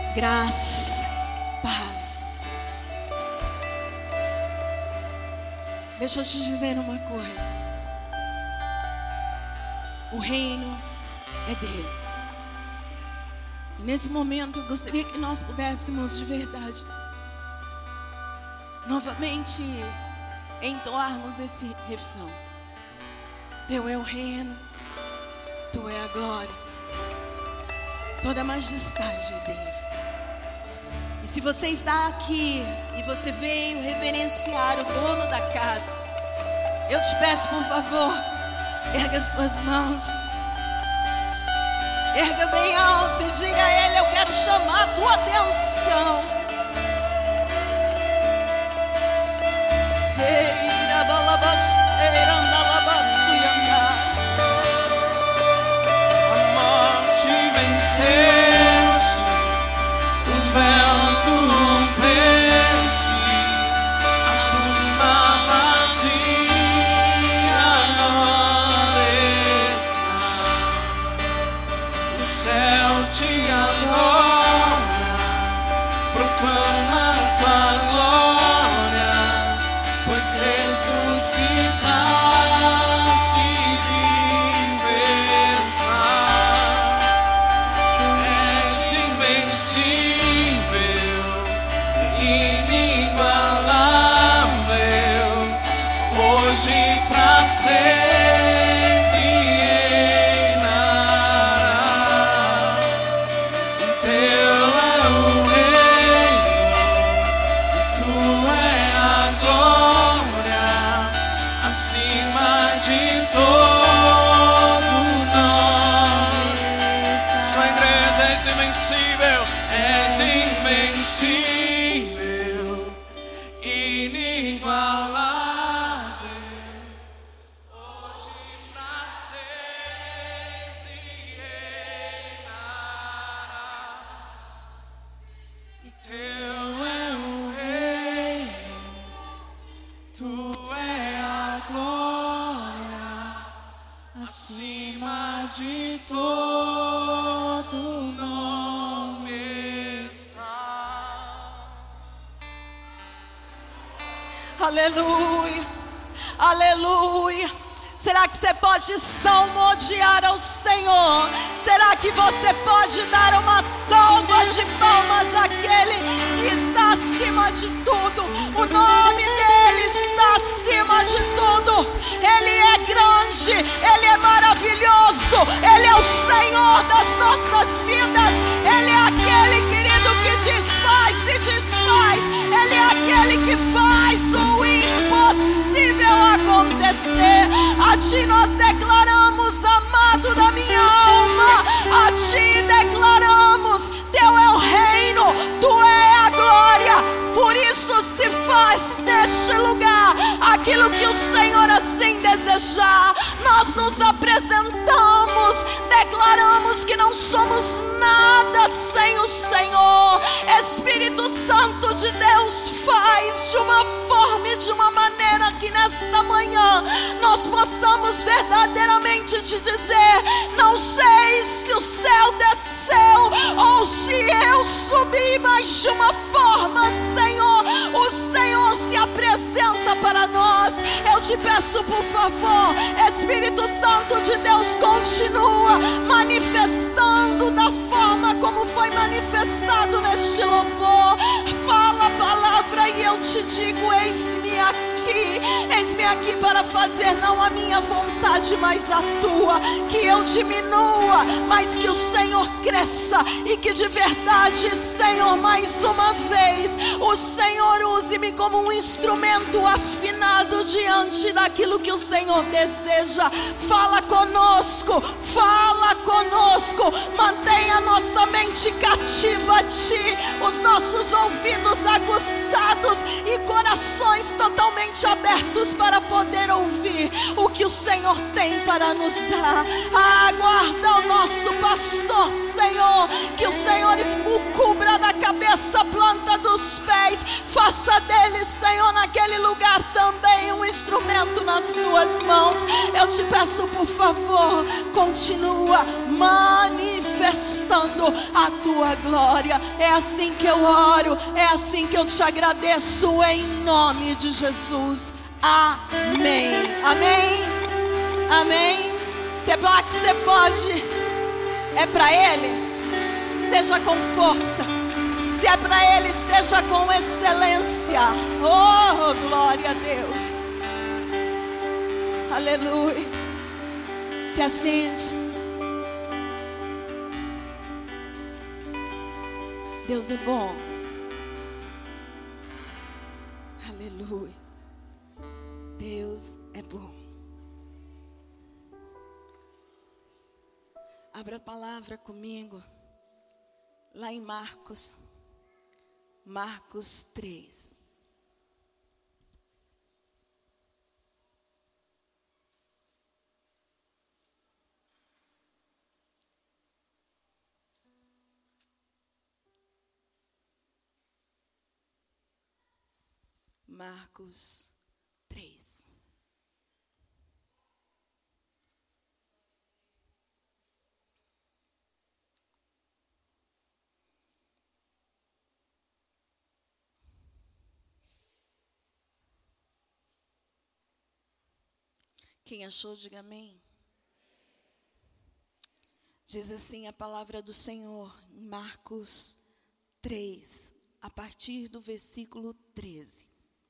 graça, paz. Deixa eu te dizer uma coisa. O reino é dele. E nesse momento eu gostaria que nós pudéssemos de verdade novamente entoarmos esse refrão. Teu é o reino, tu é a glória, toda a majestade é dele. E se você está aqui e você veio reverenciar o dono da casa, eu te peço, por favor, erga as tuas mãos, erga bem alto e diga a ele: eu quero chamar a tua atenção. A morte venceste, o vento rompeste, a tumba vazia agora está. O céu te adora, proclama tua glória, pois ressuscitaste universal. És invencível, inigualável, hoje pra sempre reinará. Teu é o reino, tu é a glória, acima de todo nome. Sua igreja és invencível, inigualável, hoje pra sempre reinará. E teu é o reino, tu é a glória, acima de todo nome está. Aleluia, aleluia. Será que você pode salmodiar ao Senhor? Será que você pode dar uma salva de palmas àquele que está acima de tudo? O nome dele está acima de tudo. Ele é grande, ele é maravilhoso, ele é o Senhor das nossas vidas. Ele é aquele, querido, que desfaz e desfaz. Ele é aquele que faz o impossível acontecer. A ti nós declaramos, amado da minha alma, a ti declaramos: teu é o reino, tu é a glória. Por isso se faz neste lugar aquilo que o Senhor assim desejar. Nós nos apresentamos, declaramos que não somos nada sem o Senhor. Espírito Santo de Deus, faz de uma forma e de uma maneira que nesta manhã nós possamos verdadeiramente te dizer: não sei se o céu desceu ou se eu subi, mas de uma forma, Senhor, o Senhor se apresenta para nós. Eu te peço, por favor, Espírito Santo de Deus, continua manifestando da forma como foi manifestado neste louvor. Fala a palavra e eu te digo: eis-me aqui para fazer não a minha vontade, mas a tua. Que eu diminua, mas que o Senhor cresça. E que de verdade, Senhor, mais uma vez o Senhor use-me como um instrumento afinado diante daquilo que o Senhor deseja. Fala conosco, mantenha a nossa mente cativa a ti, os nossos ouvidos aguçados e corações totalmente totalmente abertos para poder ouvir o que o Senhor tem para nos dar. Guarda o nosso pastor, Senhor, que o Senhor o cubra da cabeça, planta dos pés, faça dele, Senhor, naquele lugar também um instrumento nas tuas mãos. Eu te peço, por favor, continua manifestando a tua glória. É assim que eu oro, é assim que eu te agradeço, em nome de Jesus. Amém. Amém. Amém. Você pode. É para Ele? Seja com força. Se é para Ele, seja com excelência. Oh, glória a Deus. Aleluia. Se assente. Deus é bom. Aleluia. Deus é bom. Abra a palavra comigo. Lá em Marcos 3. Marcos 3. Quem achou, diga amém. Diz assim a palavra do Senhor, em Marcos 3, a partir do versículo 13.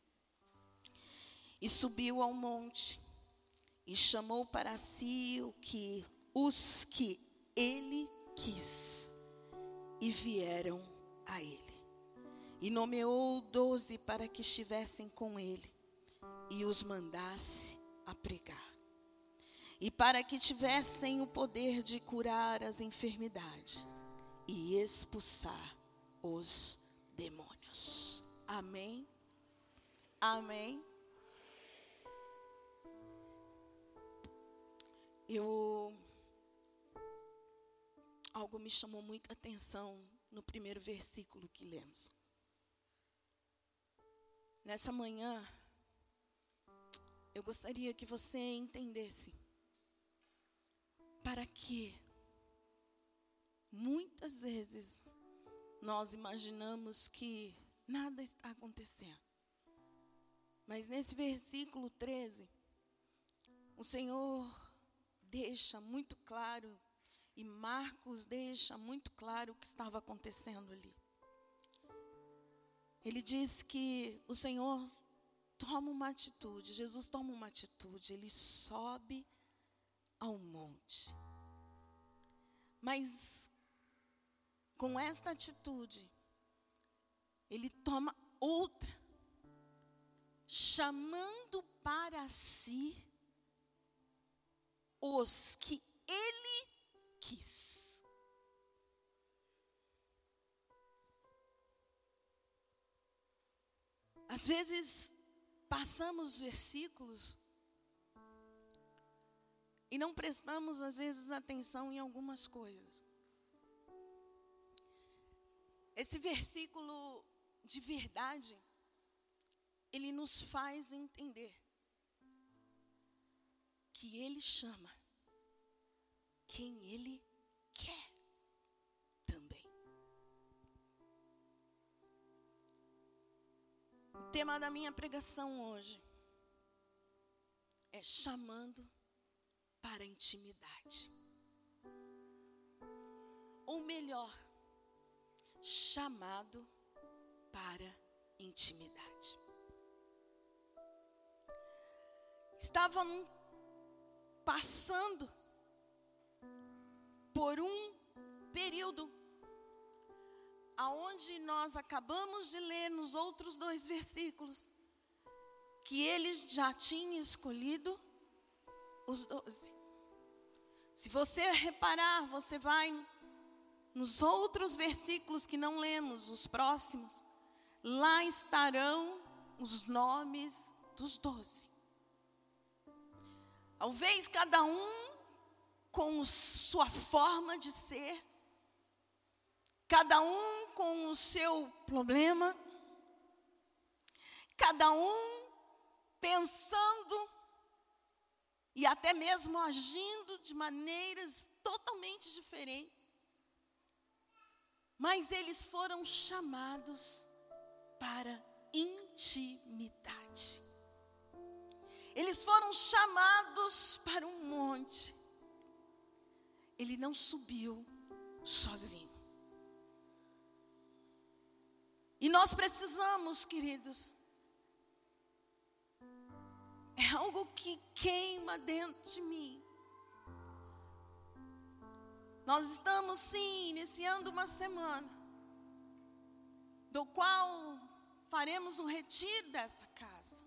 E subiu ao monte, e chamou para si os que ele quis, e vieram a ele. E nomeou 12 para que estivessem com ele, e os mandasse a pregar. E para que tivessem o poder de curar as enfermidades e expulsar os demônios. Amém? Amém? Algo me chamou muita atenção no primeiro versículo que lemos. Nessa manhã, eu gostaria que você entendesse para que muitas vezes nós imaginamos que nada está acontecendo. Mas nesse versículo 13, o Senhor deixa muito claro, e Marcos deixa muito claro o que estava acontecendo ali. Ele diz que o Senhor toma uma atitude, Jesus toma uma atitude, ele sobe ao monte. Mas com esta atitude, ele toma outra, chamando para si os que ele quis. Às vezes, passamos versículos e não prestamos, às vezes, atenção em algumas coisas. Esse versículo, de verdade, ele nos faz entender que ele chama quem ele quer também. O tema da minha pregação hoje é chamando para a intimidade. Ou melhor, chamado para intimidade. Estavam passando por um período aonde nós acabamos de ler nos outros 2 versículos que ele já tinha escolhido os 12. Se você reparar, você vai nos outros versículos que não lemos, os próximos, lá estarão os nomes dos 12. Talvez cada um com sua forma de ser, cada um com o seu problema, cada um pensando e até mesmo agindo de maneiras totalmente diferentes. Mas eles foram chamados para intimidade. Eles foram chamados para um monte. Ele não subiu sozinho. E nós precisamos, queridos, é algo que queima dentro de mim. Nós estamos sim iniciando uma semana, do qual faremos um retiro dessa casa.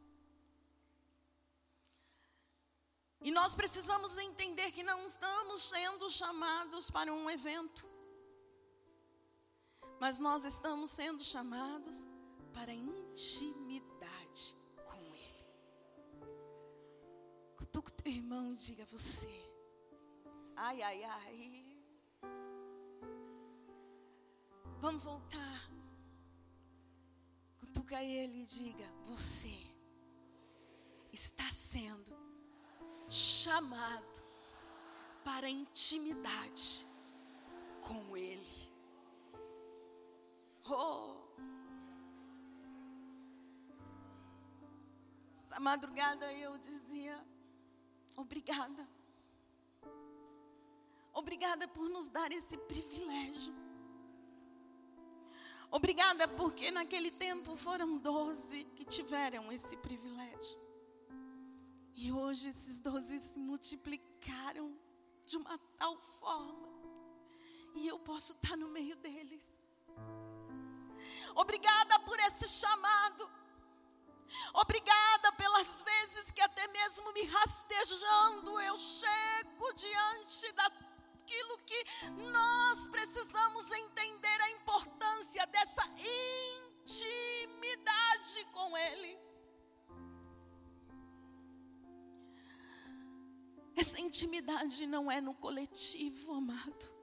E nós precisamos entender que não estamos sendo chamados para um evento, mas nós estamos sendo chamados para intimidade com Ele. Cutuca o teu irmão e diga: você. Ai, ai, ai. Vamos voltar. Cutuca ele e diga: você está sendo chamado para intimidade com Ele. Oh, essa madrugada eu dizia: obrigada. Obrigada por nos dar esse privilégio. Obrigada porque naquele tempo foram 12 que tiveram esse privilégio. E hoje esses 12 se multiplicaram de uma tal forma. E eu posso estar no meio deles. Obrigada por esse chamado. Obrigada pelas vezes que até mesmo me rastejando eu chego diante daquilo que nós precisamos entender a importância dessa intimidade com Ele. Essa intimidade não é no coletivo, amado.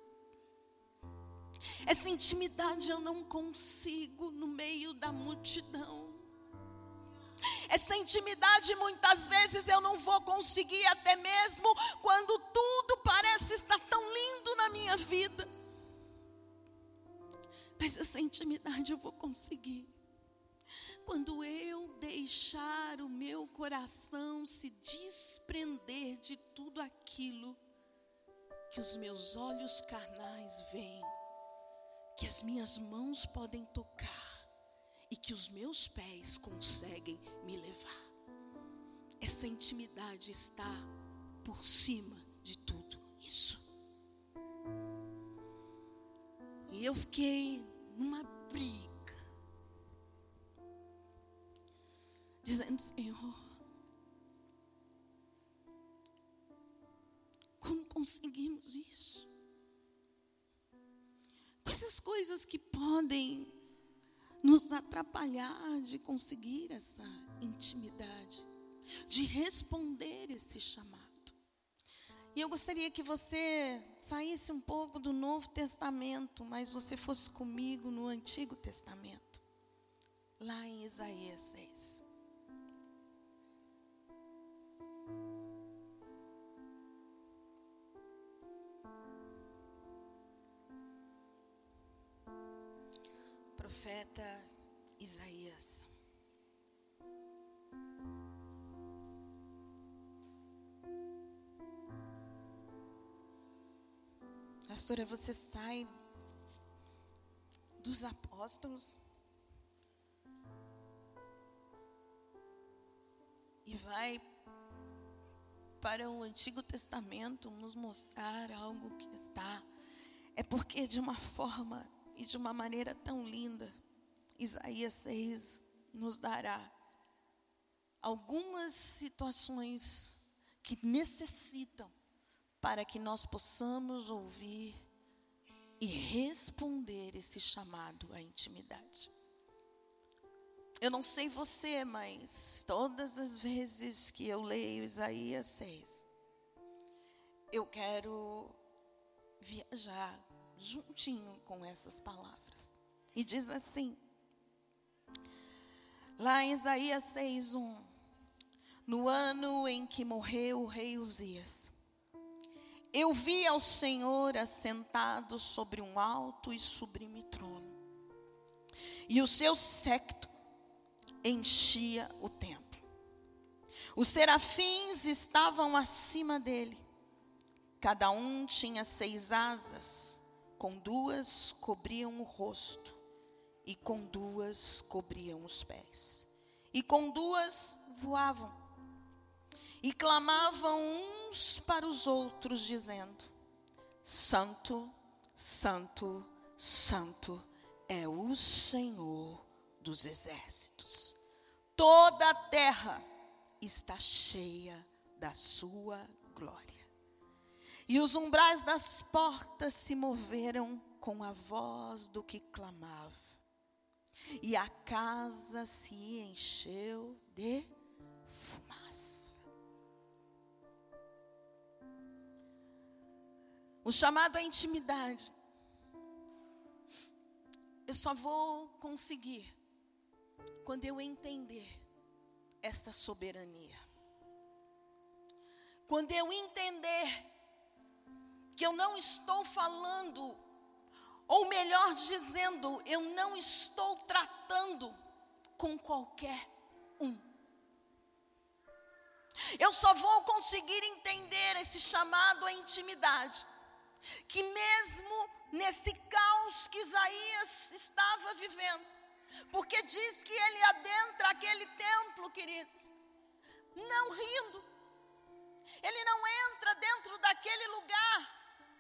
Essa intimidade eu não consigo no meio da multidão. Essa intimidade muitas vezes eu não vou conseguir até mesmo quando tudo parece estar tão lindo na minha vida. Mas essa intimidade eu vou conseguir quando eu deixar o meu coração se desprender de tudo aquilo que os meus olhos carnais veem, que as minhas mãos podem tocar e que os meus pés conseguem me levar. Essa intimidade está por cima de tudo isso. E eu fiquei numa briga, dizendo: Senhor, como conseguimos isso? Quais as coisas que podem nos atrapalhar de conseguir essa intimidade, de responder esse chamado? E eu gostaria que você saísse um pouco do Novo Testamento, mas você fosse comigo no Antigo Testamento, lá em Isaías 6. Profeta Isaías. Pastora, você sai dos apóstolos e vai para o Antigo Testamento nos mostrar algo que está. É porque de uma forma e de uma maneira tão linda, Isaías 6 nos dará algumas situações que necessitam para que nós possamos ouvir e responder esse chamado à intimidade. Eu não sei você, mas todas as vezes que eu leio Isaías 6, eu quero viajar juntinho com essas palavras. E diz assim, lá em Isaías 6:1, no ano em que morreu o rei Uzias, eu vi ao Senhor assentado sobre um alto e sublime trono, e o seu séquito enchia o templo. Os serafins estavam acima dele. Cada um tinha 6 asas, com 2 cobriam o rosto, e com 2 cobriam os pés, e com 2 voavam, e clamavam uns para os outros, dizendo: Santo, Santo, Santo é o Senhor dos exércitos. Toda a terra está cheia da sua glória. E os umbrais das portas se moveram com a voz do que clamava, e a casa se encheu de fumaça. O chamado à intimidade, eu só vou conseguir quando eu entender essa soberania. Quando eu entender que eu não estou falando, ou melhor dizendo, eu não estou tratando com qualquer um. Eu só vou conseguir entender esse chamado à intimidade, que mesmo nesse caos que Isaías estava vivendo, porque diz que ele adentra aquele templo, queridos, não rindo. Ele não entra dentro daquele lugar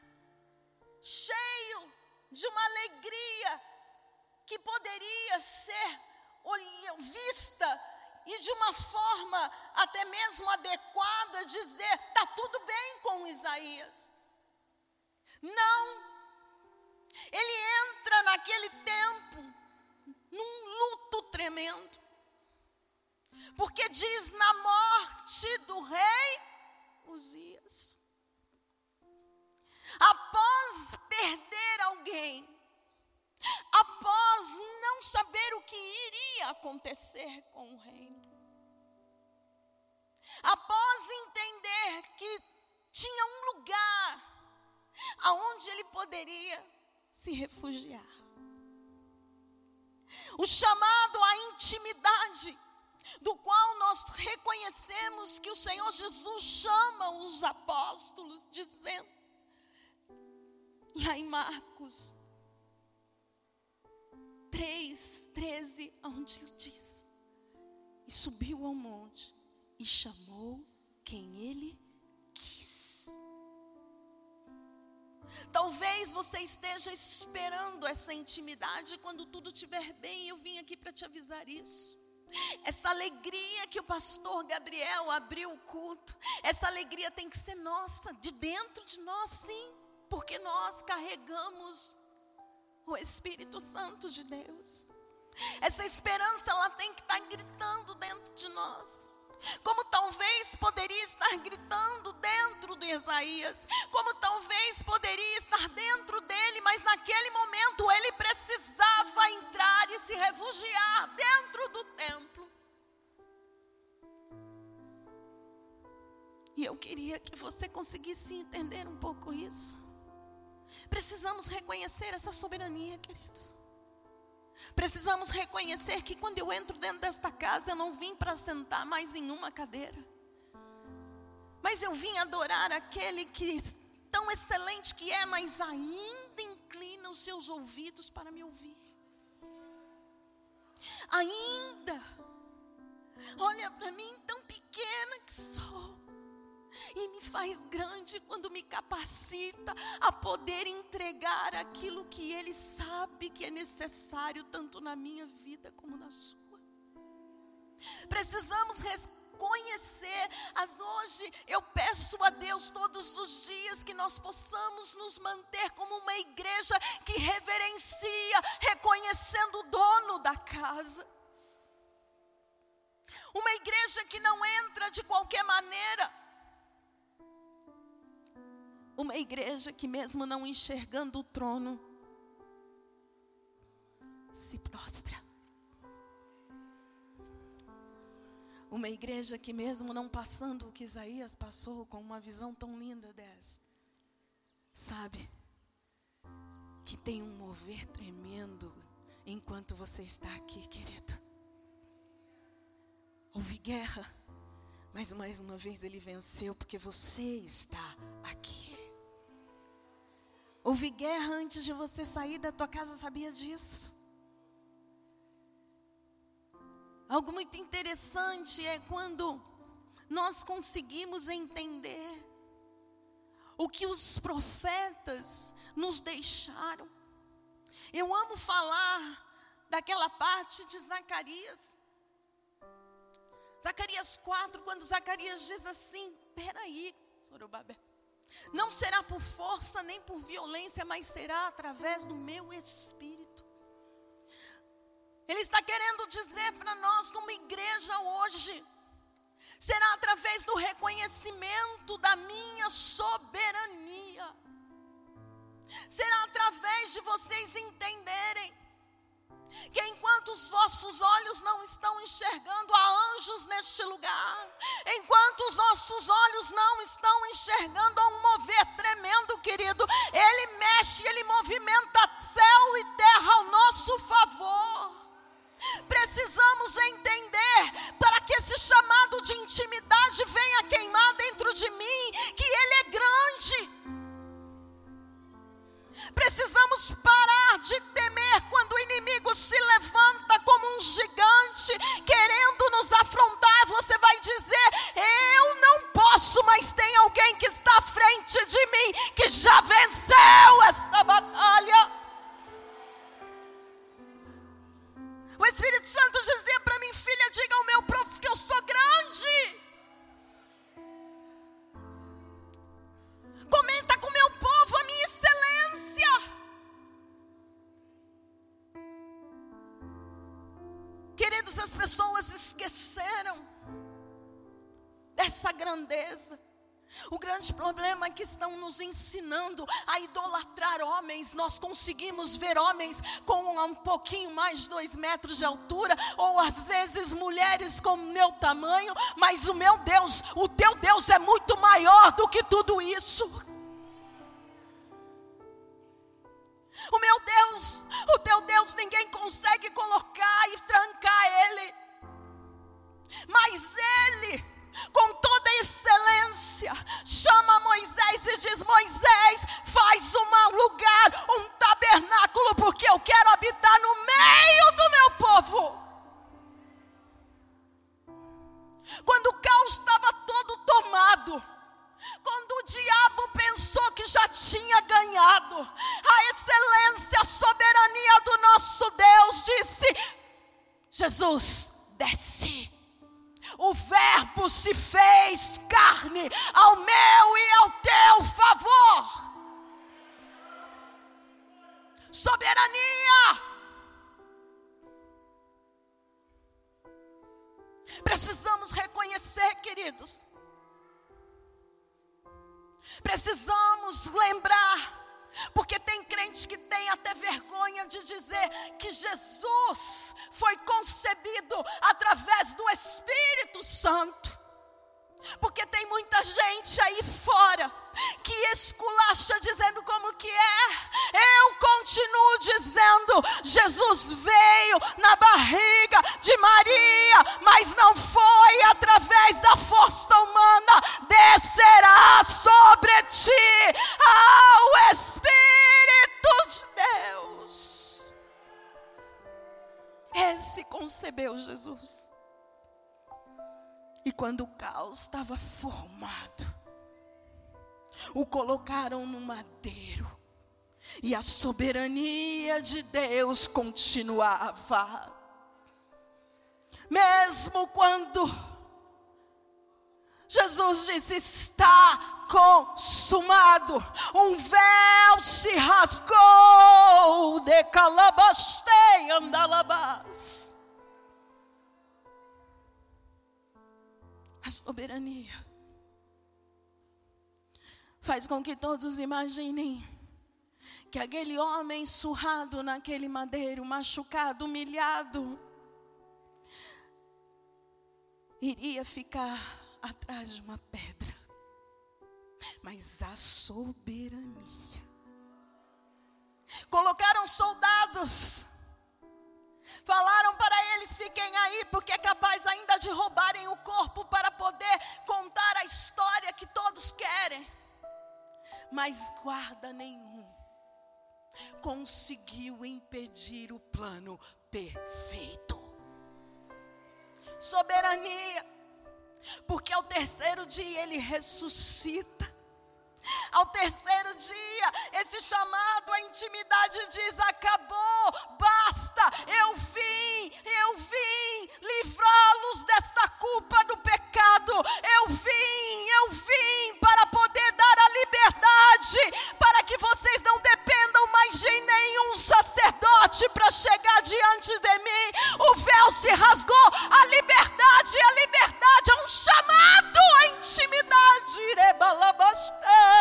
cheio de uma alegria que poderia ser vista e de uma forma até mesmo adequada dizer: está tudo bem com Isaías. Não, ele entra naquele tempo num luto tremendo, porque diz: na morte do rei Uzias, após perder alguém, após não saber o que iria acontecer com o reino, após entender que tinha um lugar aonde ele poderia se refugiar, o chamado à intimidade, do qual nós reconhecemos que o Senhor Jesus chama os apóstolos, dizendo, lá em Marcos 3:13, onde ele diz: e subiu ao monte e chamou quem ele quis. Talvez você esteja esperando essa intimidade quando tudo estiver bem, e eu vim aqui para te avisar isso. Essa alegria que o pastor Gabriel abriu o culto, essa alegria tem que ser nossa, de dentro de nós, sim, porque nós carregamos o Espírito Santo de Deus. Essa esperança, ela tem que estar gritando dentro de nós, como talvez poderia estar gritando dentro de Isaías, como talvez poderia estar dentro dele, mas naquele momento ele precisava entrar e se refugiar dentro do templo. E eu queria que você conseguisse entender um pouco isso. Precisamos reconhecer essa soberania, queridos. Precisamos reconhecer que quando eu entro dentro desta casa, eu não vim para sentar mais em uma cadeira, mas eu vim adorar aquele que tão excelente que é, mas ainda inclina os seus ouvidos para me ouvir. Ainda olha para mim, tão pequena que sou, e me faz grande quando me capacita a poder entregar aquilo que Ele sabe que é necessário, tanto na minha vida como na sua. Precisamos reconhecer, hoje eu peço a Deus todos os dias que nós possamos nos manter como uma igreja que reverencia, reconhecendo o dono da casa. Uma igreja que não entra de qualquer maneira. Uma igreja que mesmo não enxergando o trono, se prostra. Uma igreja que mesmo não passando o que Isaías passou, com uma visão tão linda dessa, sabe que tem um mover tremendo enquanto você está aqui, querido. Houve guerra, mas mais uma vez ele venceu, porque você está aqui. Houve guerra antes de você sair da tua casa, sabia disso? Algo muito interessante é quando nós conseguimos entender o que os profetas nos deixaram. Eu amo falar daquela parte de Zacarias. Zacarias 4, quando Zacarias diz assim: peraí, Zorobabel, não será por força nem por violência, mas será através do meu Espírito. Ele está querendo dizer para nós, como igreja hoje, será através do reconhecimento da minha soberania. Será através de vocês entenderem que enquanto os vossos olhos não estão enxergando, há anjos neste lugar. Enquanto os nossos olhos não estão enxergando, há um mover tremendo, querido. Ele mexe, ele movimenta céu e terra ao nosso favor. Precisamos entender, para que esse chamado de intimidade venha queimar dentro de mim, que ele é grande. Precisamos parar de temer quando o inimigo se levanta como um gigante, querendo nos afrontar. Você vai dizer: eu não posso, mas tem alguém que está à frente de mim, que já venceu esta batalha. O Espírito Santo dizia para mim: filha, diga ao meu povo que eu sou grande. Comenta com o meu povo a minha excelência. Queridos, as pessoas esqueceram dessa grandeza. O grande problema é que estão nos ensinando a idolatrar homens. Nós conseguimos ver homens com um pouquinho mais de 2 metros de altura, ou às vezes mulheres com o meu tamanho, mas o meu Deus, o teu Deus é muito maior do que tudo isso. O meu Deus, o teu Deus, ninguém consegue colocar e trancar ele, mas ele, com toda a excelência, chama Moisés e diz: Moisés, faz um lugar, um tabernáculo, porque eu quero habitar no meio do meu povo. Quando o caos estava todo tomado, quando o diabo pensou que já tinha ganhado, a excelência, a soberania do nosso Deus disse: Jesus, desce. O verbo se fez carne ao meu e ao teu favor. Soberania. Precisamos reconhecer, queridos. Precisamos lembrar, porque tem crente que tem até vergonha de dizer que Jesus foi concebido através do Espírito Santo. Porque tem muita gente aí fora que esculacha dizendo como que é. Eu continuo dizendo: Jesus veio na barriga de Maria, mas não foi através da força humana. Descerá sobre ti ao Espírito de Deus. Esse concebeu Jesus. E quando o caos estava formado, o colocaram no madeiro, e a soberania de Deus continuava. Mesmo quando Jesus disse: está consumado, um véu se rasgou, de calabastei andalabás. A soberania faz com que todos imaginem que aquele homem surrado naquele madeiro, machucado, humilhado, iria ficar atrás de uma pedra. Mas a soberania. Colocaram soldados. Falaram para eles: fiquem aí, porque é capaz ainda de roubarem o corpo para poder contar a história que todos querem. Mas guarda nenhum conseguiu impedir o plano perfeito. Soberania, porque ao terceiro dia ele ressuscita. Ao terceiro dia, esse chamado à intimidade diz: acabou, basta, eu vim livrá-los desta culpa do pecado. Eu vim para poder dar a liberdade, para que vocês não dependam mais de nenhum sacerdote para chegar diante de mim. O véu se rasgou, a liberdade é um chamado à intimidade. Rebalabastei.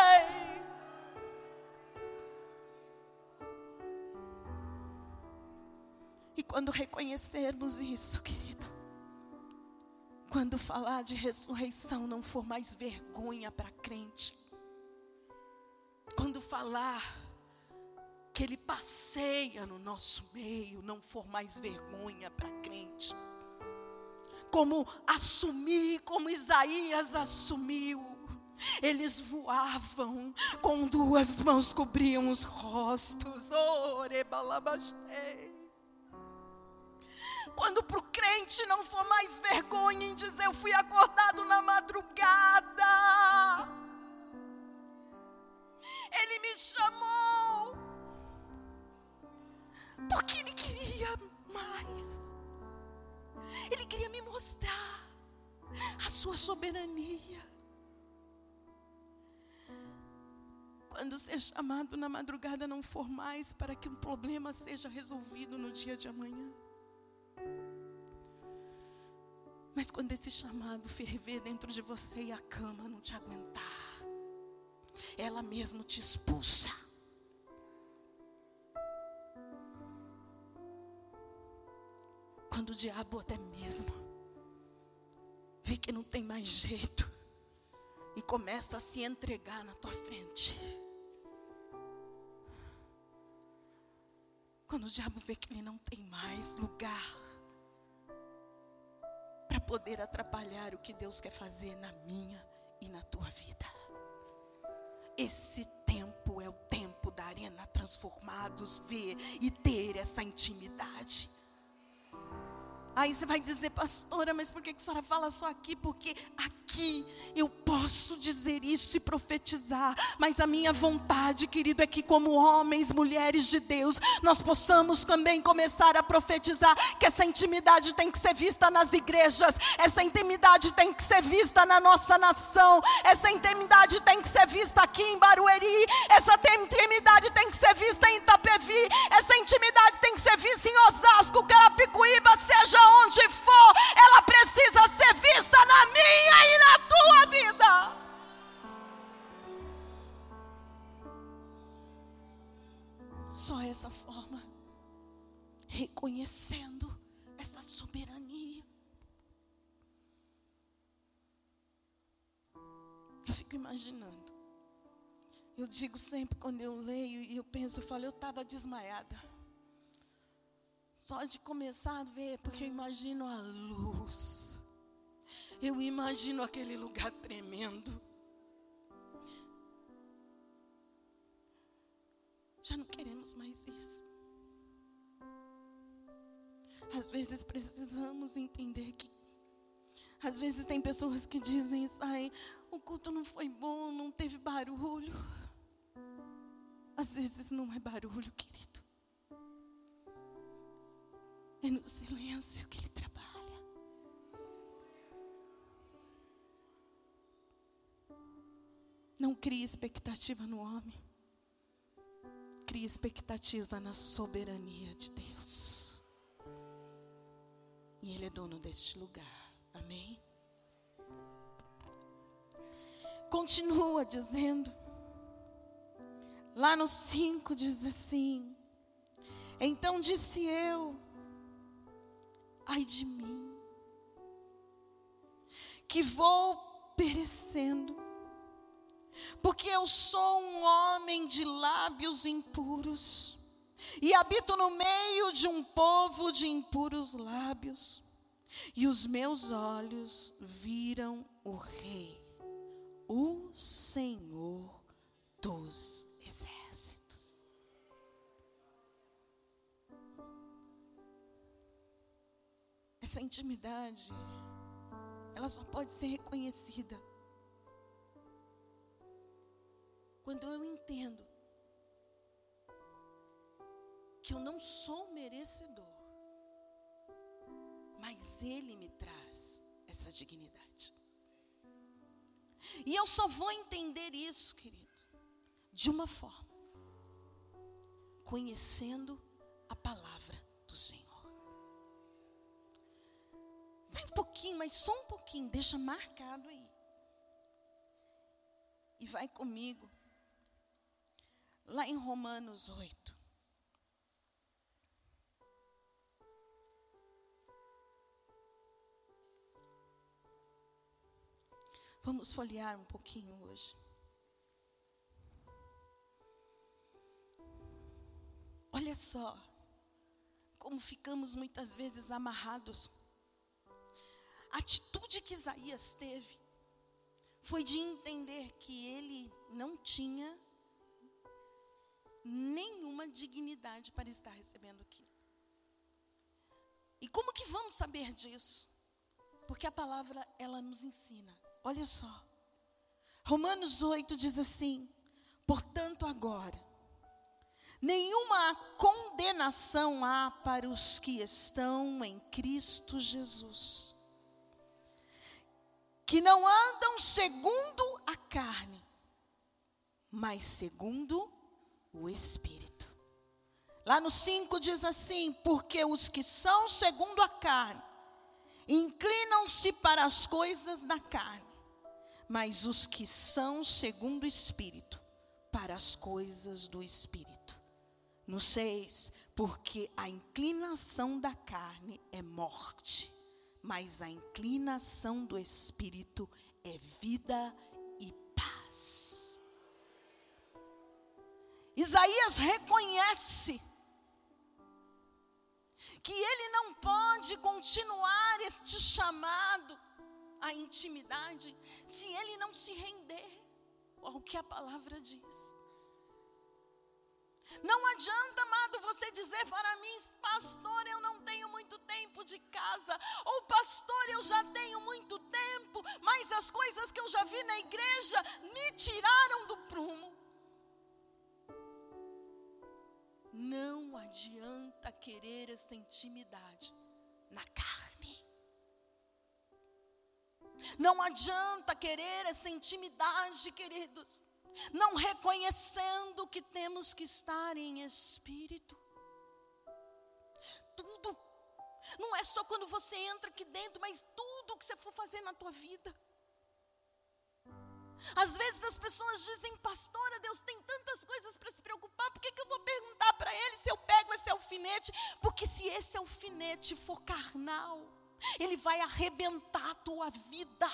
E quando reconhecermos isso, querido, quando falar de ressurreição não for mais vergonha para crente, quando falar que ele passeia no nosso meio não for mais vergonha para crente, como assumir, como Isaías assumiu, eles voavam, com duas mãos cobriam os rostos. Quando para o crente não for mais vergonha em dizer: eu fui acordado na madrugada, ele me chamou, porque ele queria mais, ele queria me mostrar a sua soberania. Quando ser chamado na madrugada não for mais para que um problema seja resolvido no dia de amanhã, mas quando esse chamado ferver dentro de você e a cama não te aguentar, ela mesmo te expulsa. Quando o diabo até mesmo vê que não tem mais jeito e começa a se entregar na tua frente. Quando o diabo vê que ele não tem mais lugar para poder atrapalhar o que Deus quer fazer na minha e na tua vida. Esse tempo é o tempo da Arena Transformados ver e ter essa intimidade. Aí você vai dizer: pastora, mas por que a senhora fala só aqui? Porque aqui eu posso dizer isso e profetizar. Mas a minha vontade, querido, é que como homens, mulheres de Deus, nós possamos também começar a profetizar que essa intimidade tem que ser vista nas igrejas. Essa intimidade tem que ser vista na nossa nação. Essa intimidade tem que ser vista aqui em Barueri. Essa intimidade tem que ser vista em Itapevi. Essa intimidade tem que ser vista em Osasco, Carapicuíba, seja onde for, ela precisa ser vista na minha e na tua vida. Só essa forma, reconhecendo essa soberania. Eu fico imaginando. Eu digo sempre quando eu leio e eu penso, eu falo, eu estava desmaiada. Só de começar a ver, porque eu imagino a luz. Eu imagino aquele lugar tremendo. Já não queremos mais isso. Às vezes precisamos entender que às vezes tem pessoas que dizem, saem, o culto não foi bom, não teve barulho. Às vezes não é barulho, querido. É no silêncio que Ele trabalha. Não crie expectativa no homem. Crie expectativa na soberania de Deus. E Ele é dono deste lugar. Amém? continua dizendo, lá no 5 diz assim: então disse eu, ai de mim, que vou perecendo, porque eu sou um homem de lábios impuros, e habito no meio de um povo de impuros lábios, e os meus olhos viram o Rei, o Senhor dos exércitos. Essa intimidade, ela só pode ser reconhecida quando eu entendo que eu não sou merecedor, mas Ele me traz essa dignidade. E eu só vou entender isso, querido, de uma forma: conhecendo a palavra do Senhor. Sai um pouquinho, mas só um pouquinho, deixa marcado aí. E vai comigo lá em Romanos 8. Vamos folhear um pouquinho hoje. Olha só como ficamos muitas vezes amarrados. A atitude que Isaías teve foi de entender que ele não tinha nenhuma dignidade para estar recebendo aquilo. E como que vamos saber disso? Porque a palavra, ela nos ensina. Olha só, Romanos 8 diz assim: portanto agora, nenhuma condenação há para os que estão em Cristo Jesus, que não andam segundo a carne, mas segundo o Espírito. Lá no 5 diz assim: porque os que são segundo a carne, inclinam-se para as coisas da carne, mas os que são segundo o Espírito, para as coisas do Espírito. No 6, porque a inclinação da carne é morte, mas a inclinação do Espírito é vida e paz. Isaías reconhece que ele não pode continuar este chamado à intimidade se ele não se render ao que a palavra diz. Não adianta, amado, você dizer para mim: pastor, eu não tenho muito tempo de casa, ou pastor, eu já tenho muito tempo, mas as coisas que eu já vi na igreja me tiraram do prumo. Não adianta querer essa intimidade na carne. Não adianta querer essa intimidade, queridos, não reconhecendo que temos que estar em espírito. Tudo, não é só quando você entra aqui dentro, mas tudo que você for fazer na tua vida. Às vezes as pessoas dizem: pastora, Deus tem tantas coisas para se preocupar, por que eu vou perguntar para Ele se eu pego esse alfinete? Porque se esse alfinete for carnal, ele vai arrebentar a tua vida.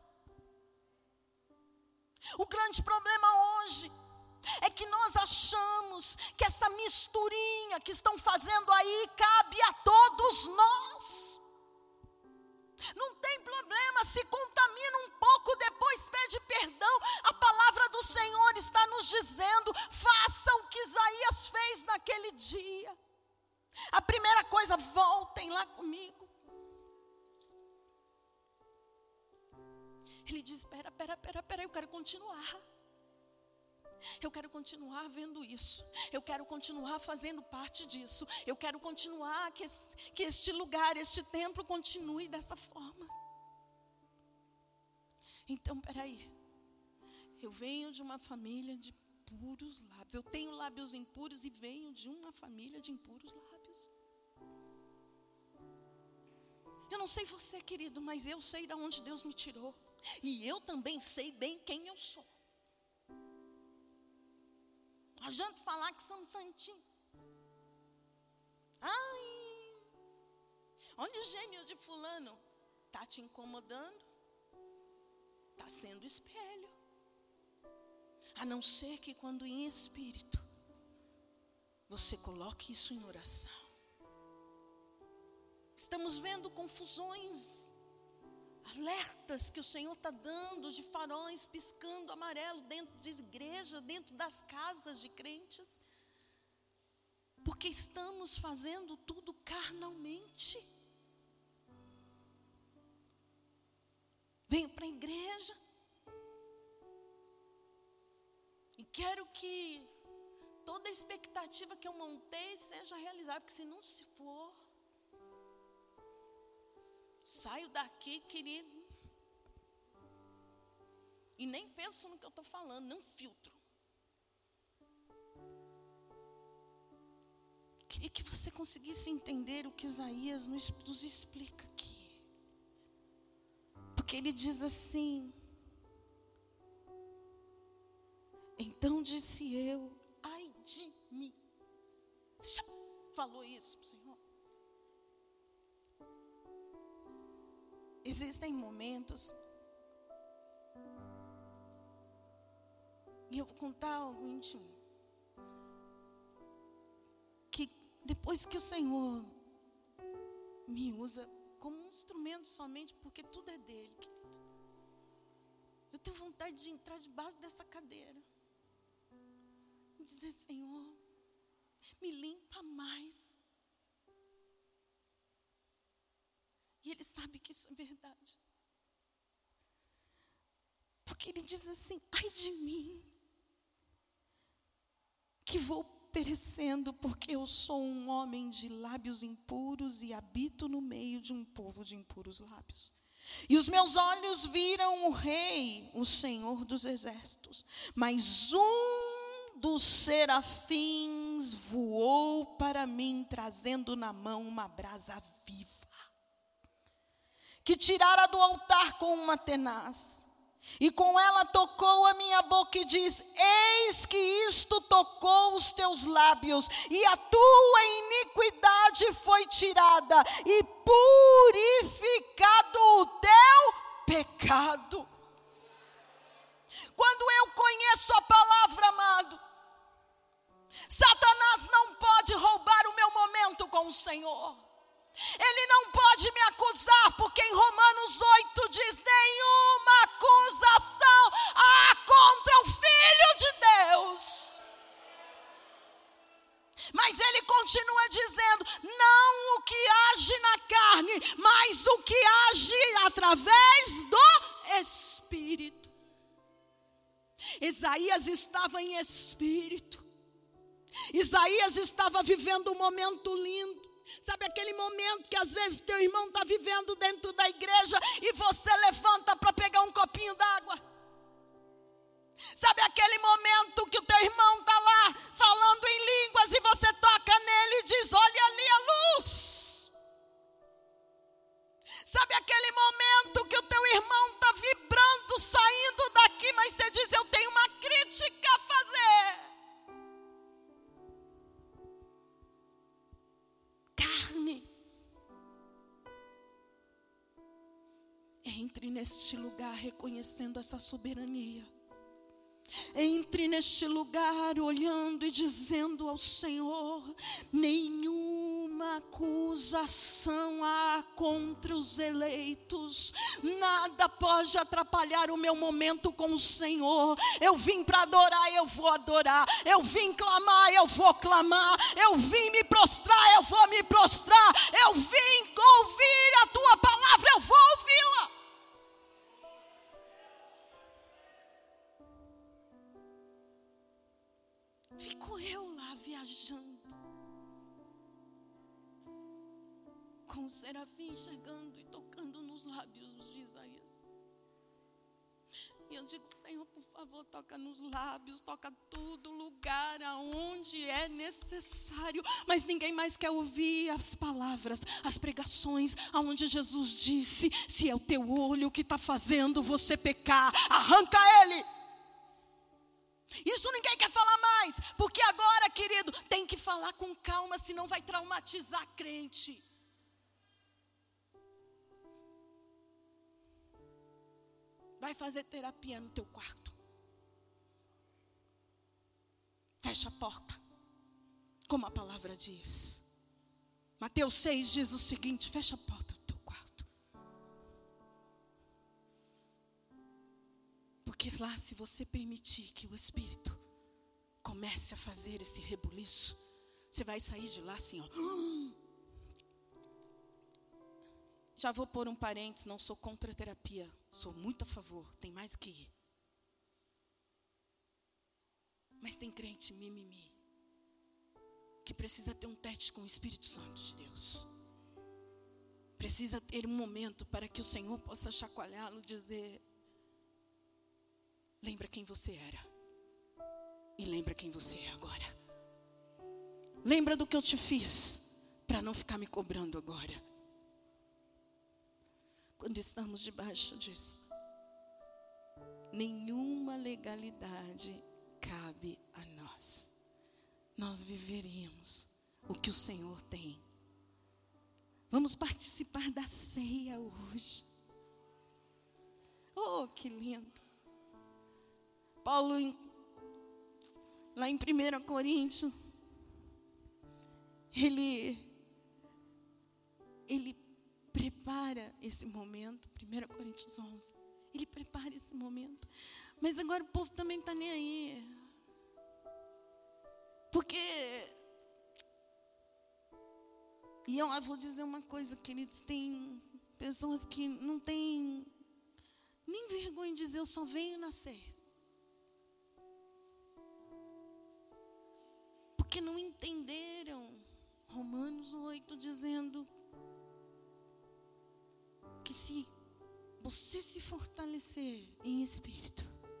O grande problema hoje é que nós achamos que essa misturinha que estão fazendo aí cabe a todos nós. Não tem problema, se contamina um pouco, depois pede perdão. A palavra do Senhor está nos dizendo: faça o que Isaías fez naquele dia. A primeira coisa, voltem lá comigo. Ele diz: espera, eu quero continuar. Eu quero continuar vendo isso. Eu quero continuar fazendo parte disso. Eu quero continuar que este lugar, este templo continue dessa forma. Então, peraí. Eu venho de uma família de puros lábios. Eu tenho lábios impuros e venho de uma família de impuros lábios. Eu não sei você, querido, mas eu sei de onde Deus me tirou. E eu também sei bem quem eu sou. Não adianta falar que somos santinhos. Ai, olha o gênio de fulano. Está te incomodando? Está sendo espelho. A não ser que quando em espírito, você coloque isso em oração. Estamos vendo confusões, alertas que o Senhor está dando de faróis piscando amarelo dentro de igrejas, dentro das casas de crentes. Porque estamos fazendo tudo carnalmente. Venho para a igreja e quero que toda a expectativa que eu montei seja realizada, porque se não se for, saio daqui, querido, e nem penso no que eu estou falando, não filtro. Queria que você conseguisse entender o que Isaías nos explica aqui. Porque ele diz assim: então disse eu, ai de mim. Você já falou isso para o Senhor? Existem momentos, e eu vou contar algo íntimo, que depois que o Senhor me usa como um instrumento somente, porque tudo é dele, querido, eu tenho vontade de entrar debaixo dessa cadeira e dizer: Senhor, me limpa mais. E ele sabe que isso é verdade. Porque ele diz assim: ai de mim, que vou perecendo, porque eu sou um homem de lábios impuros e habito no meio de um povo de impuros lábios. E os meus olhos viram o Rei, o Senhor dos exércitos. Mas um dos serafins voou para mim, trazendo na mão uma brasa viva, que tirara do altar com uma tenaz. E com ela tocou a minha boca e diz: eis que isto tocou os teus lábios, e a tua iniquidade foi tirada, e purificado o teu pecado. Quando eu conheço a palavra, amado, Satanás não pode roubar o meu momento com o Senhor. Ele não pode me acusar, porque em Romanos 8 diz: nenhuma acusação há contra o Filho de Deus. Mas ele continua dizendo: não o que age na carne, mas o que age através do Espírito. Isaías estava em espírito. Isaías estava vivendo um momento lindo. Sabe aquele momento que às vezes teu irmão está vivendo dentro da igreja e você levanta para pegar um copinho d'água? Sabe aquele momento que o teu irmão está lá falando em línguas e você toca nele e diz: olha ali a luz? Sabe aquele momento que o teu irmão está vibrando, saindo daqui, mas você diz: eu tenho uma crítica a fazer? Carne. Entre neste lugar reconhecendo essa soberania. Entre neste lugar olhando e dizendo ao Senhor: nenhuma acusação há contra os eleitos, nada pode atrapalhar o meu momento com o Senhor. Eu vim para adorar, eu vou adorar. Eu vim clamar, eu vou clamar. Eu vim me prostrar, eu vou me prostrar. Eu vim ouvir a tua palavra, eu vou ouvi-la. Fico eu lá viajando, com o serafim chegando e tocando nos lábios de Isaías. E eu digo, Senhor, por favor, toca nos lábios, toca todo lugar aonde é necessário. Mas ninguém mais quer ouvir as palavras, as pregações, aonde Jesus disse, se é o teu olho que está fazendo você pecar, arranca ele. Isso ninguém quer falar mais, porque agora, querido, tem que falar com calma, senão vai traumatizar a crente. Vai fazer terapia no teu quarto. Fecha a porta, como a palavra diz. Mateus 6 diz o seguinte: fecha a porta do teu quarto. Porque lá, se você permitir que o Espírito comece a fazer esse rebuliço, você vai sair de lá assim, ó. Já vou pôr um parênteses, não sou contra a terapia, sou muito a favor, tem mais que ir. Mas tem crente mimimi, que precisa ter um teste com o Espírito Santo de Deus. Precisa ter um momento para que o Senhor possa chacoalhá-lo e dizer: lembra quem você era. E lembra quem você é agora. Lembra do que eu te fiz, para não ficar me cobrando agora. Quando estamos debaixo disso, nenhuma legalidade cabe a nós. Nós viveríamos o que o Senhor tem. Vamos participar da ceia hoje. Oh, que lindo. Paulo, lá em 1 Coríntios, ele prepara esse momento. 1 Coríntios 11, ele prepara esse momento. Mas agora o povo também está nem aí. Porque, e eu vou dizer uma coisa, queridos, tem pessoas que não têm nem vergonha de dizer: eu só venho na ceia. Porque não entenderam Romanos 8 dizendo que se você se fortalecer em espírito,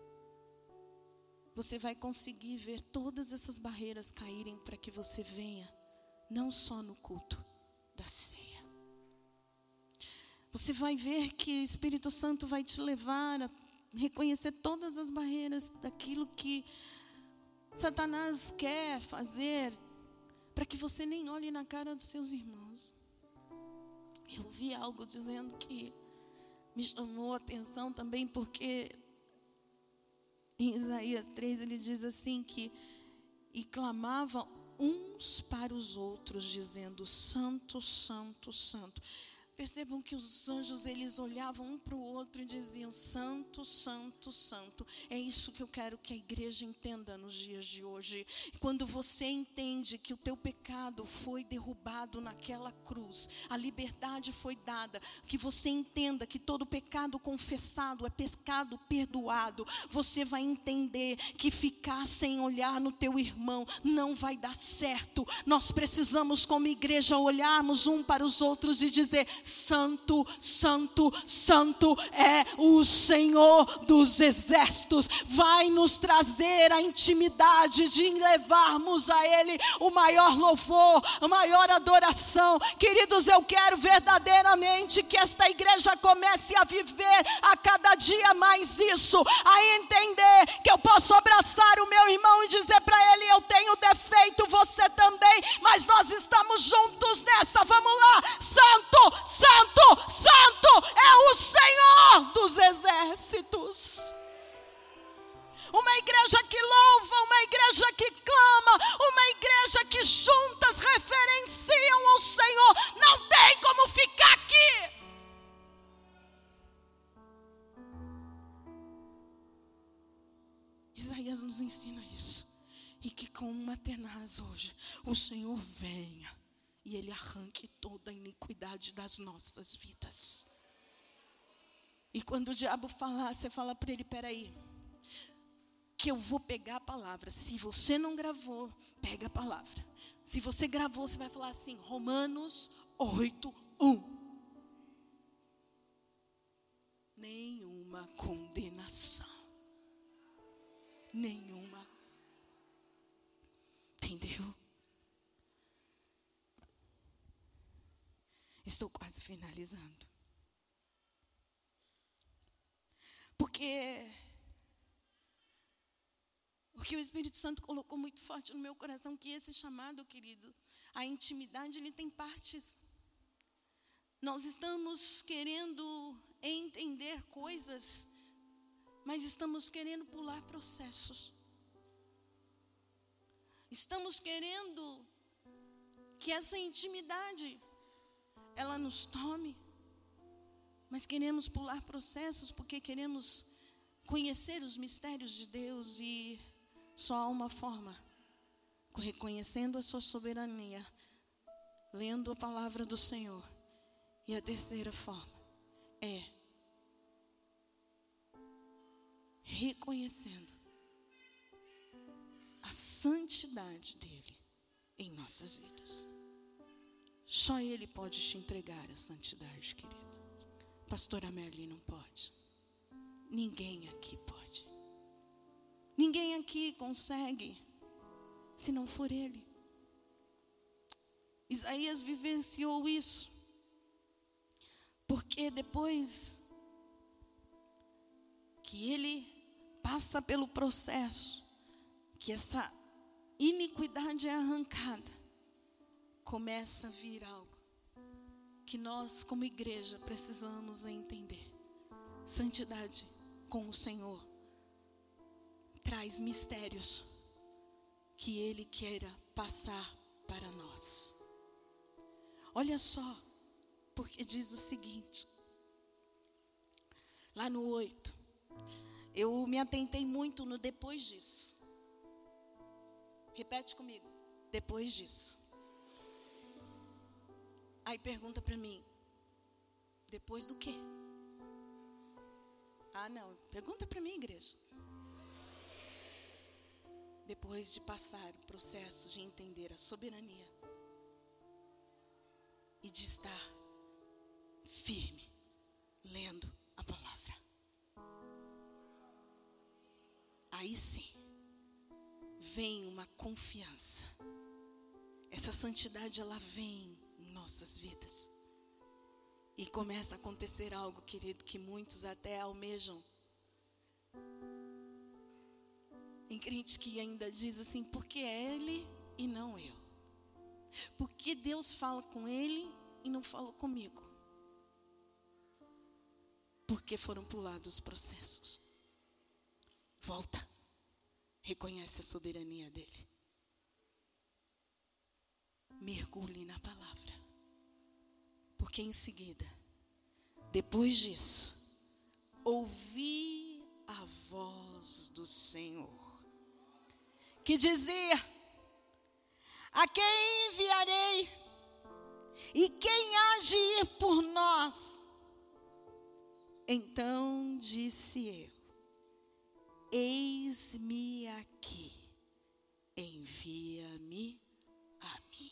você vai conseguir ver todas essas barreiras caírem para que você venha, não só no culto da ceia. Você vai ver que o Espírito Santo vai te levar a reconhecer todas as barreiras daquilo que Satanás quer fazer, para que você nem olhe na cara dos seus irmãos. Eu ouvi algo dizendo que me chamou a atenção também, porque em Isaías 3 ele diz assim que: e clamavam uns para os outros, dizendo: Santo, Santo, Santo. Percebam que os anjos, eles olhavam um para o outro e diziam: Santo, Santo, Santo. É isso que eu quero que a igreja entenda nos dias de hoje. Quando você entende que o teu pecado foi derrubado naquela cruz, a liberdade foi dada, que você entenda que todo pecado confessado é pecado perdoado, você vai entender que ficar sem olhar no teu irmão não vai dar certo. Nós precisamos, como igreja, olharmos um para os outros e dizer: Santo, Santo, Santo é o Senhor dos exércitos. Vai nos trazer a intimidade de levarmos a Ele o maior louvor, a maior adoração. Queridos, eu quero verdadeiramente que esta igreja comece a viver a cada dia mais isso, a entender que eu posso abraçar o meu irmão e dizer para ele: eu tenho defeito, você também, mas nós estamos juntos nessa. Vamos lá. Santo, Santo, Santo é o Senhor dos exércitos. Uma igreja que louva, uma igreja que clama, uma igreja que juntas referenciam ao Senhor. Não tem como ficar aqui. Isaías nos ensina isso. E que com uma tenaz hoje o Senhor venha e Ele arranque toda a iniquidade das nossas vidas. E quando o diabo falar, você fala para ele: peraí, que eu vou pegar a palavra. Se você não gravou, pega a palavra. Se você gravou, você vai falar assim: Romanos 8:1. Nenhuma condenação Estou quase finalizando. Porque o que o Espírito Santo colocou muito forte no meu coração, que esse chamado, querido, a intimidade, ele tem partes. Nós estamos querendo entender coisas, mas estamos querendo pular processos. Estamos querendo que essa intimidade, ela nos tome, mas queremos pular processos porque queremos conhecer os mistérios de Deus, e só há uma forma: reconhecendo a sua soberania, lendo a palavra do Senhor. E a terceira forma é reconhecendo a santidade dele em nossas vidas. Só ele pode te entregar a santidade, querido. Pastora Merli não pode. Ninguém aqui pode. Ninguém aqui consegue, se não for ele. Isaías vivenciou isso. Porque depois que ele passa pelo processo, que essa iniquidade é arrancada, começa a vir algo que nós, como igreja, precisamos entender. Santidade com o Senhor traz mistérios que Ele queira passar para nós. Olha só, porque diz o seguinte, lá no 8, eu me atentei muito no depois disso. Repete comigo, depois disso. Aí pergunta para mim, depois do quê? Ah, não, pergunta para mim, igreja. Depois de passar o processo de entender a soberania e de estar firme, lendo a palavra. Aí sim, vem uma confiança. Essa santidade, ela vem em nossas vidas. E começa a acontecer algo, querido, que muitos até almejam. Em crente que ainda diz assim, porque é ele e não eu. Porque Deus fala com ele e não falou comigo. Porque foram pulados os processos. Volta. Reconhece a soberania dele. Mergulhe na palavra. Porque em seguida, depois disso, ouvi a voz do Senhor, que dizia, a quem enviarei? E quem há de ir por nós? Então disse eu, eis-me aqui, envia-me a mim.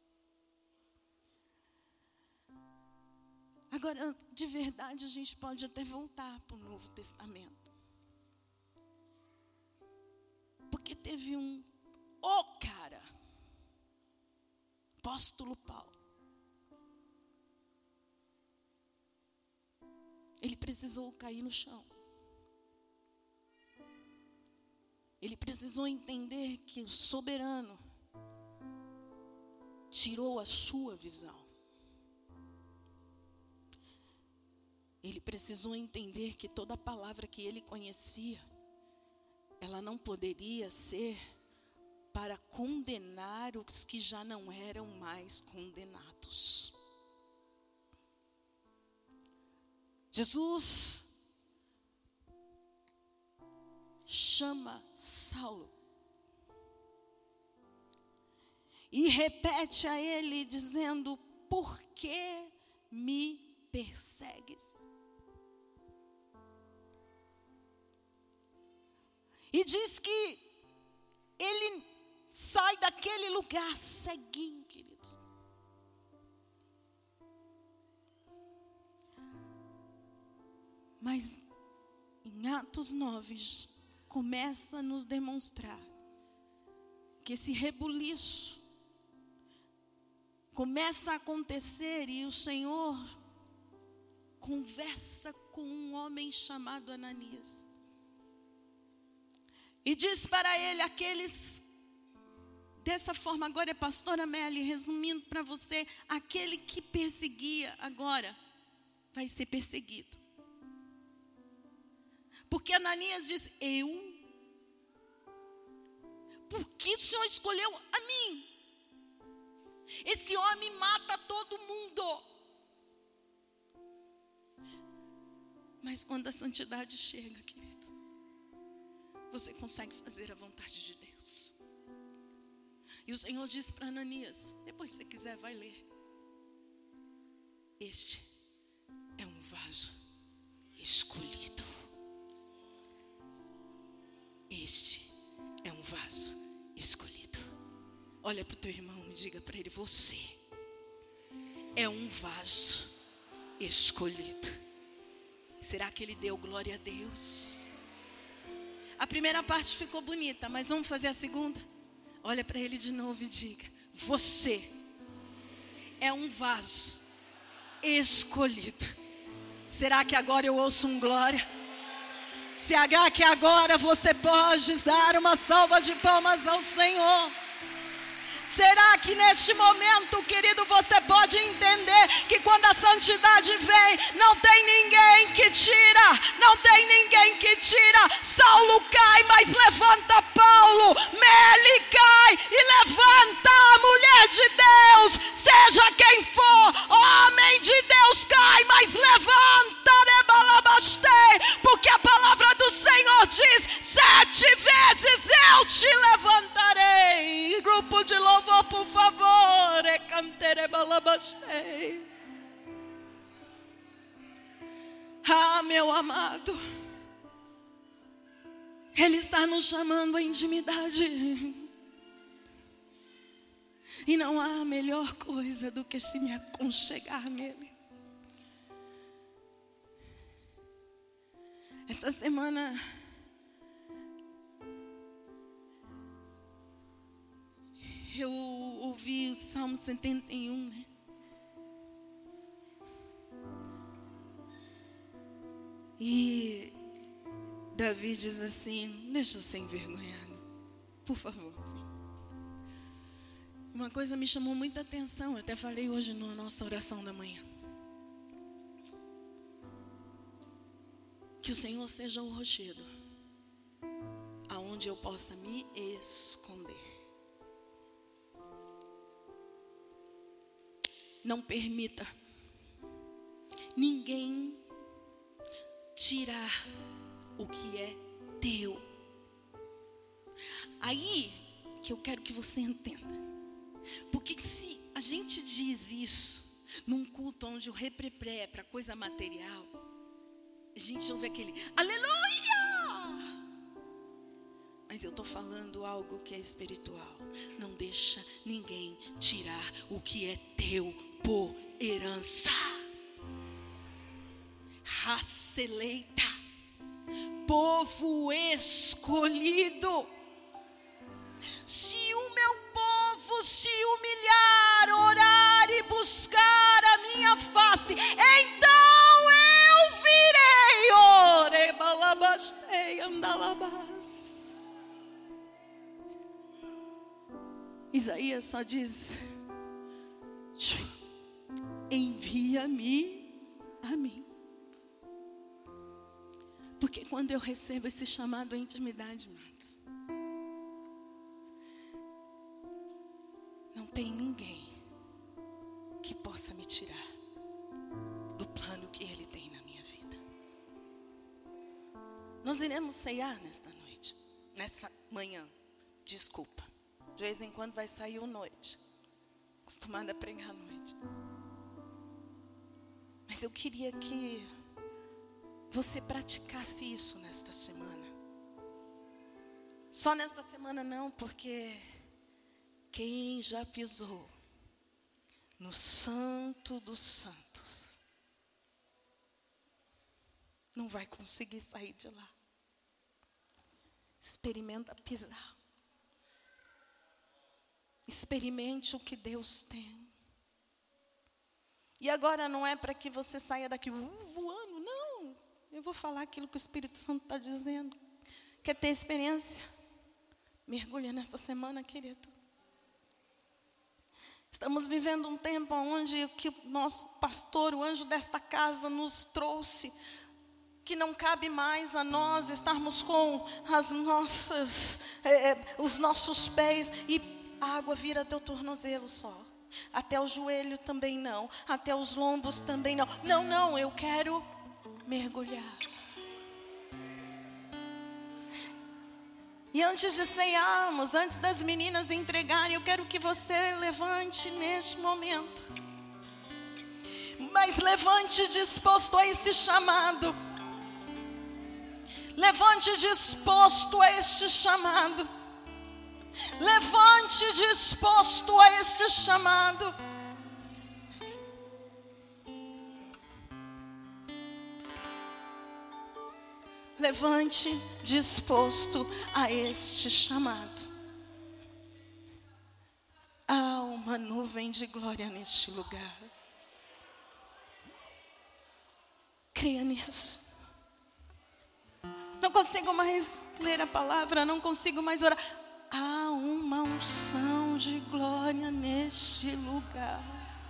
Agora, de verdade, a gente pode até voltar para o Novo Testamento. Porque teve cara, apóstolo Paulo. Ele precisou cair no chão. Ele precisou entender que o soberano tirou a sua visão. Ele precisou entender que toda palavra que ele conhecia, ela não poderia ser para condenar os que já não eram mais condenados. Jesus chama Saulo e repete a ele dizendo, por que me persegues? E diz que ele sai daquele lugar ceguinho, queridos. Mas em Atos 9 começa a nos demonstrar que esse rebuliço começa a acontecer e o Senhor conversa com um homem chamado Ananias. E diz para ele dessa forma, agora é pastora Melly, resumindo para você, aquele que perseguia agora vai ser perseguido. Porque Ananias diz, por que o Senhor escolheu a mim? Esse homem mata todo mundo. Mas quando a santidade chega, querido, você consegue fazer a vontade de Deus. E o Senhor disse para Ananias, depois se você quiser vai ler. Este é um vaso escolhido. Este é um vaso escolhido. Olha para o teu irmão e diga para ele, você é um vaso escolhido. Será que ele deu glória a Deus? A primeira parte ficou bonita, mas vamos fazer a segunda? Olha para ele de novo e diga, você é um vaso escolhido. Será que agora eu ouço um glória? Será que agora você pode dar uma salva de palmas ao Senhor? Será que neste momento, querido, você pode entender que quando a santidade vem, não tem ninguém que tira, não tem ninguém que tira. Saulo cai, mas levanta Paulo. Meli cai e levanta a mulher de Deus. Seja quem for, homem de Deus cai, mas levanta, porque a palavra do Senhor diz, 7 vezes eu te levantarei. Grupo de louvor, por favor. Ah, meu amado, Ele está nos chamando à intimidade. E não há melhor coisa do que se me aconchegar nele. Essa semana eu ouvi o Salmo 71, né? E Davi diz assim, deixa eu ser envergonhado, por favor. Assim. Uma coisa me chamou muita atenção, eu até falei hoje na nossa oração da manhã. Que o Senhor seja o rochedo, aonde eu possa me esconder. Não permita ninguém tirar o que é teu. Aí que eu quero que você entenda. Porque se a gente diz isso num culto onde o reprepré é para coisa material, a gente ouve aquele aleluia. Mas eu estou falando algo que é espiritual. Não deixa ninguém tirar o que é teu por herança. Raça eleita, povo escolhido. Se o meu povo se humilhar, orar e buscar a minha face, então eu virei. Ore balabastei andalabás. Isaías só diz: envia-me a mim. Porque quando eu recebo esse chamado à intimidade, irmãos, não tem ninguém que possa me tirar do plano que Ele tem na minha vida. Nós iremos ceiar nesta noite, nesta manhã, desculpa. De vez em quando vai sair à noite, acostumada a pregar à noite. Mas eu queria que você praticasse isso nesta semana. Só nesta semana não, porque quem já pisou no Santo dos Santos não vai conseguir sair de lá. Experimenta pisar. Experimente o que Deus tem. E agora não é para que você saia daqui voando, não. Eu vou falar aquilo que o Espírito Santo está dizendo. Quer ter experiência? Mergulha nessa semana, querido. Estamos vivendo um tempo onde o que o nosso pastor, o anjo desta casa, nos trouxe, que não cabe mais a nós estarmos com os nossos pés e a água vira até o tornozelo só. Até o joelho também não, até os lombos também não. Não, eu quero mergulhar. E antes de ceiarmos, antes das meninas entregarem, eu quero que você levante neste momento. Mas levante disposto a esse chamado. Levante disposto a este chamado. Levante disposto a este chamado. Levante disposto a este chamado. Há uma nuvem de glória neste lugar. Creia nisso. Não consigo mais ler a palavra, não consigo mais orar. Há uma unção de glória neste lugar.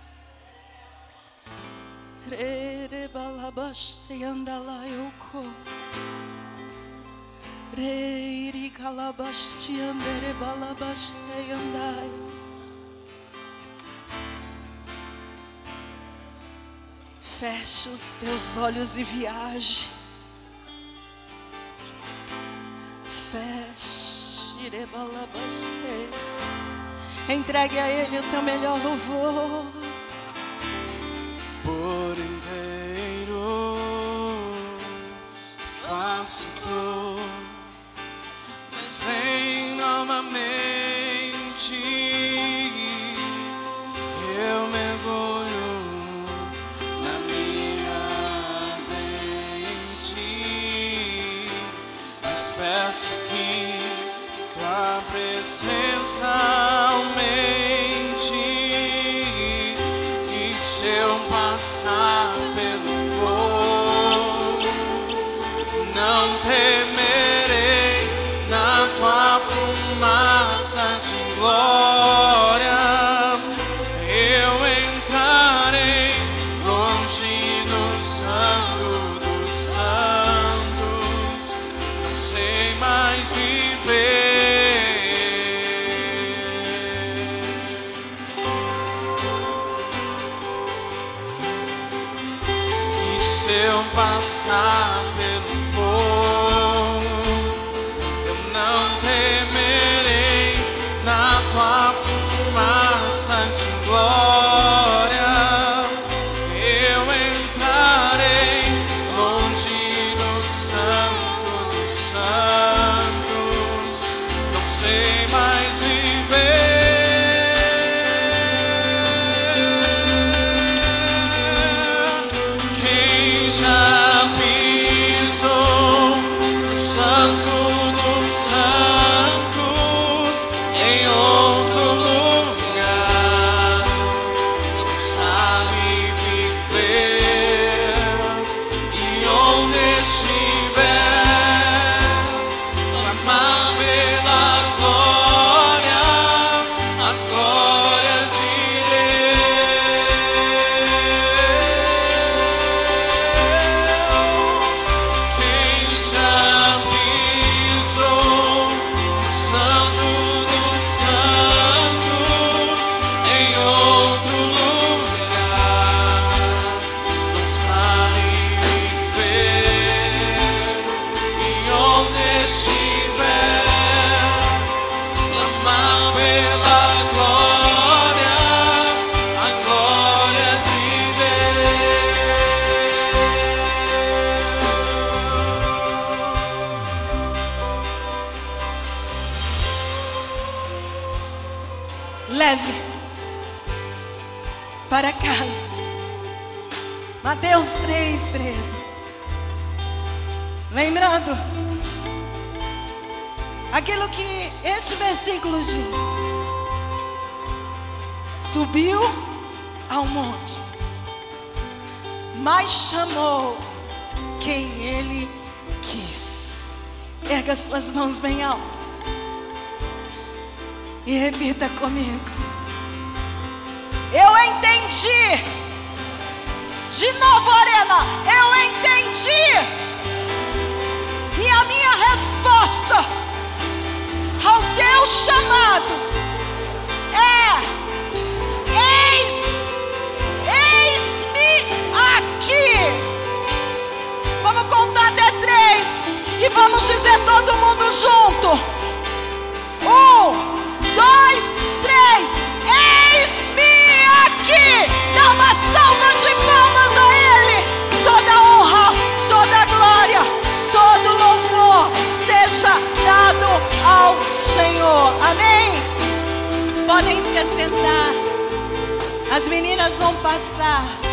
Feche os teus olhos e viaje. Feche. Entregue a Ele o teu melhor louvor. Por inteiro faço tudo, mas vem novamente. Eu mergulho na minha destino, mas peço que tua presença aumente. E se eu passar pelo fogo, não temerei. Na tua fumaça de glória eu entrarei longe do santo dos santos. Não sei mais viver. Se eu passar pelo fogo, eu não temerei. Na tua fumaça de glória eu entrarei longe do santo dos santos. Não sei mais viver. Já pisou no santo dos santos, em outro lugar, não sabe viver. E onde estiver, clamar pela glória, a glória de Deus. Leve para casa. Mateus 3:13. Lembrando aquilo que este versículo diz: subiu ao monte mas chamou quem Ele quis. Erga suas mãos bem alto e repita comigo: eu entendi. De novo, Arena, eu entendi. E a minha resposta ao teu chamado é: eis-me aqui. Vamos contar até 3 e vamos dizer todo mundo junto: 1, 2, 3. Eis-me aqui. Dá uma salva de palmas a Ele. Toda honra, toda glória, todo louvor seja dado ao Senhor. Amém? Podem se assentar. As meninas vão passar.